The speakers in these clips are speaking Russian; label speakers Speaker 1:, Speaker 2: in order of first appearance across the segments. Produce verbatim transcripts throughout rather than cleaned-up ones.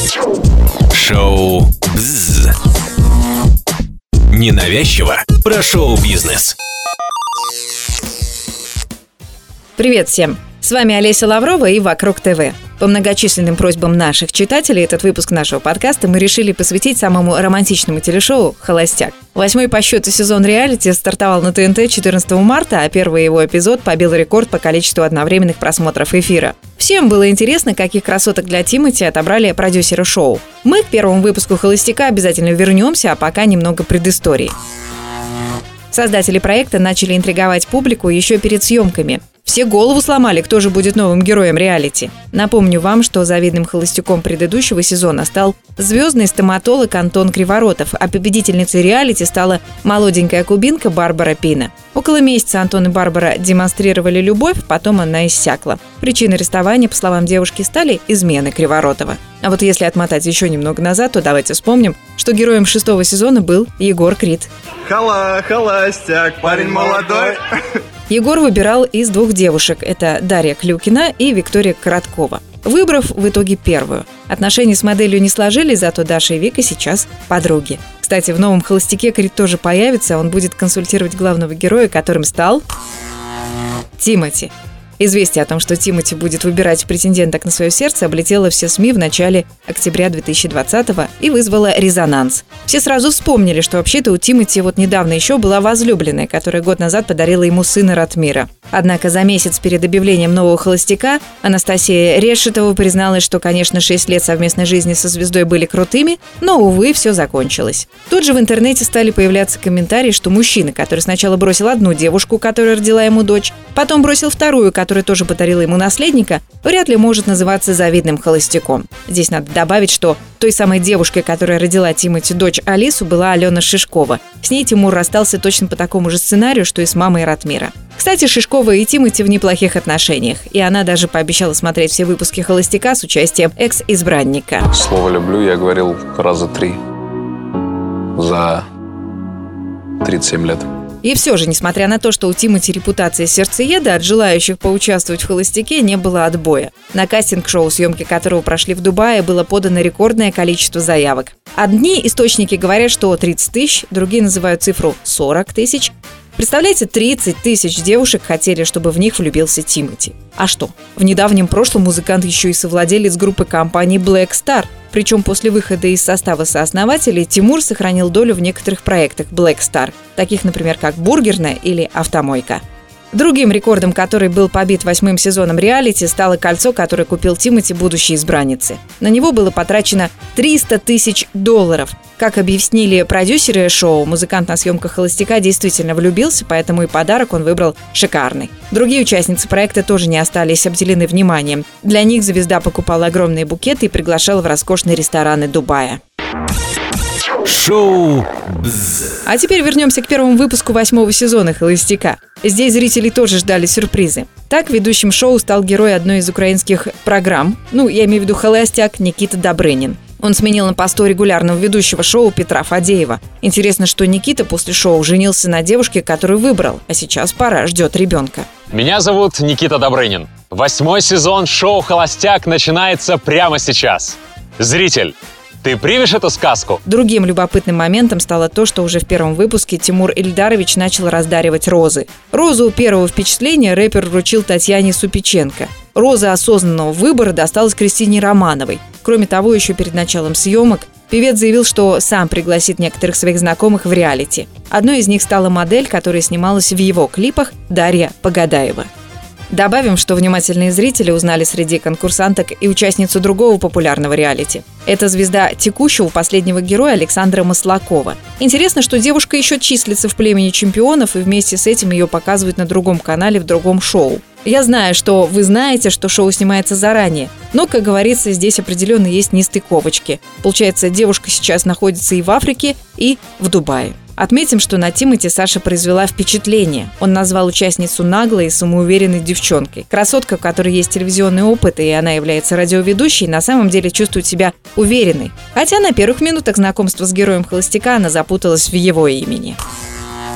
Speaker 1: Шоу «Бзз». Ненавязчиво про шоу-бизнес.
Speaker 2: Привет всем! С вами Олеся Лаврова и «Вокруг ТВ». По многочисленным просьбам наших читателей этот выпуск нашего подкаста мы решили посвятить самому романтичному телешоу «Холостяк». Восьмой по счету сезон реалити стартовал на ТНТ четырнадцатого марта, а первый его эпизод побил рекорд по количеству одновременных просмотров эфира. Всем было интересно, каких красоток для Тимати отобрали продюсеры шоу. Мы к первому выпуску «Холостяка» обязательно вернемся, а пока немного предыстории. Создатели проекта начали интриговать публику еще перед съемками. Все голову сломали, кто же будет новым героем реалити. Напомню вам, что завидным холостяком предыдущего сезона стал звездный стоматолог Антон Криворотов, а победительницей реалити стала молоденькая кубинка Барбара Пина. Около месяца Антон и Барбара демонстрировали любовь, потом она иссякла. Причиной расставания, по словам девушки, стали измены Криворотова. А вот если отмотать еще немного назад, то давайте вспомним, что героем шестого сезона был Егор Крид.
Speaker 3: Хола, холостяк, парень молодой.
Speaker 2: Егор выбирал из двух девушек – это Дарья Клюкина и Виктория Короткова, выбрав в итоге первую. Отношения с моделью не сложились, зато Даша и Вика сейчас подруги. Кстати, в новом «Холостяке» Крид тоже появится, он будет консультировать главного героя, которым стал Тимати. Известие о том, что Тимати будет выбирать претенденток на свое сердце, облетело все СМИ в начале октября две тысячи двадцатого и вызвало резонанс. Все сразу вспомнили, что вообще-то у Тимати вот недавно еще была возлюбленная, которая год назад подарила ему сына Ратмира. Однако за месяц перед объявлением нового «Холостяка» Анастасия Решетова призналась, что, конечно, шесть лет совместной жизни со звездой были крутыми, но, увы, все закончилось. Тут же в интернете стали появляться комментарии, что мужчина, который сначала бросил одну девушку, которая родила ему дочь, потом бросил вторую, которая тоже подарила ему наследника, вряд ли может называться завидным холостяком. Здесь надо добавить, что той самой девушкой, которая родила Тимати дочь Алису, была Алена Шишкова. С ней Тимур расстался точно по такому же сценарию, что и с мамой Ратмира. Кстати, Шишкова и Тимати в неплохих отношениях, и она даже пообещала смотреть все выпуски «Холостяка» с участием экс-избранника.
Speaker 4: Слово «люблю» я говорил раза три за тридцать семь лет.
Speaker 2: И все же, несмотря на то, что у Тимати репутация сердцееда, от желающих поучаствовать в «Холостяке» не было отбоя. На кастинг-шоу, съемки которого прошли в Дубае, было подано рекордное количество заявок. Одни источники говорят, что тридцать тысяч, другие называют цифру сорок тысяч. Представляете, тридцать тысяч девушек хотели, чтобы в них влюбился Тимати. А что? В недавнем прошлом музыкант еще и совладелец группы компании Black Star. Причем после выхода из состава сооснователей Тимур сохранил долю в некоторых проектах Black Star, таких, например, как «Бургерная» или «Автомойка». Другим рекордом, который был побит восьмым сезоном реалити, стало кольцо, которое купил Тимати будущей избраннице. На него было потрачено триста тысяч долларов. Как объяснили продюсеры шоу, музыкант на съемках «Холостяка» действительно влюбился, поэтому и подарок он выбрал шикарный. Другие участницы проекта тоже не остались обделены вниманием. Для них звезда покупала огромные букеты и приглашала в роскошные рестораны Дубая.
Speaker 1: Шоу «Бзз».
Speaker 2: А теперь вернемся к первому выпуску восьмого сезона «Холостяка». Здесь зрители тоже ждали сюрпризы. Так, ведущим шоу стал герой одной из украинских программ, ну, я имею в виду «Холостяк», Никита Добрынин. Он сменил на посту регулярного ведущего шоу Петра Фадеева. Интересно, что Никита после шоу женился на девушке, которую выбрал, а сейчас пора, ждет ребенка.
Speaker 5: Меня зовут Никита Добрынин. Восьмой сезон шоу «Холостяк» начинается прямо сейчас. Зритель, ты примешь эту сказку?
Speaker 2: Другим любопытным моментом стало то, что уже в первом выпуске Тимур Ильдарович начал раздаривать розы. Розу первого впечатления рэпер вручил Татьяне Супиченко. Роза осознанного выбора досталась Кристине Романовой. Кроме того, еще перед началом съемок певец заявил, что сам пригласит некоторых своих знакомых в реалити. Одной из них стала модель, которая снималась в его клипах, Дарья Погадаева. Добавим, что внимательные зрители узнали среди конкурсанток и участницу другого популярного реалити. Это звезда текущего последнего героя Александра Маслакова. Интересно, что девушка еще числится в племени чемпионов, и вместе с этим ее показывают на другом канале в другом шоу. Я знаю, что вы знаете, что шоу снимается заранее, но, как говорится, здесь определенно есть нестыковочки. Получается, девушка сейчас находится и в Африке, и в Дубае. Отметим, что на Тимати Саша произвела впечатление. Он назвал участницу наглой и самоуверенной девчонкой. Красотка, в которой есть телевизионный опыт, и она является радиоведущей, на самом деле чувствует себя уверенной. Хотя на первых минутах знакомства с героем «Холостяка» она запуталась в его имени.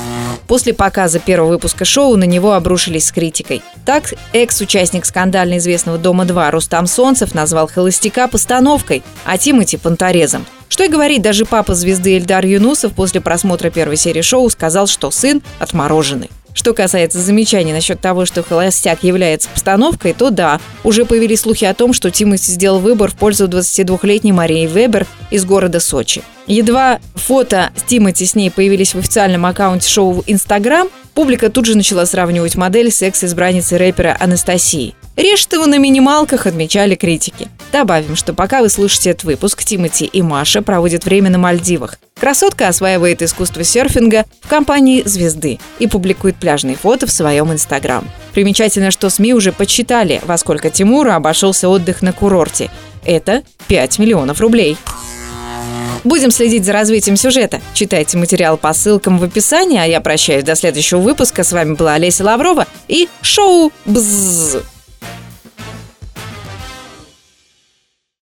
Speaker 2: После показа первого выпуска шоу на него обрушились с критикой. Так, экс-участник скандально известного «Дома-два» Рустам Солнцев назвал «Холостяка» постановкой, а Тимати – понторезом. Что и говорить, даже папа звезды Эльдар Юнусов после просмотра первой серии шоу сказал, что сын отмороженный. Что касается замечаний насчет того, что «Холостяк» является постановкой, то да, уже появились слухи о том, что Тимати сделал выбор в пользу двадцатидвухлетней Марии Вебер из города Сочи. Едва фото с Тимати с ней появились в официальном аккаунте шоу в Инстаграм, публика тут же начала сравнивать модель с экс-избранницей рэпера Анастасией. Режет его на минималках, отмечали критики. Добавим, что пока вы слушаете этот выпуск, Тимати и Маша проводят время на Мальдивах. Красотка осваивает искусство серфинга в компании «Звезды» и публикует пляжные фото в своем Инстаграм. Примечательно, что СМИ уже подсчитали, во сколько Тимуру обошелся отдых на курорте. Это пять миллионов рублей. Будем следить за развитием сюжета. Читайте материал по ссылкам в описании, а я прощаюсь до следующего выпуска. С вами была Олеся Лаврова и шоу «Бззз».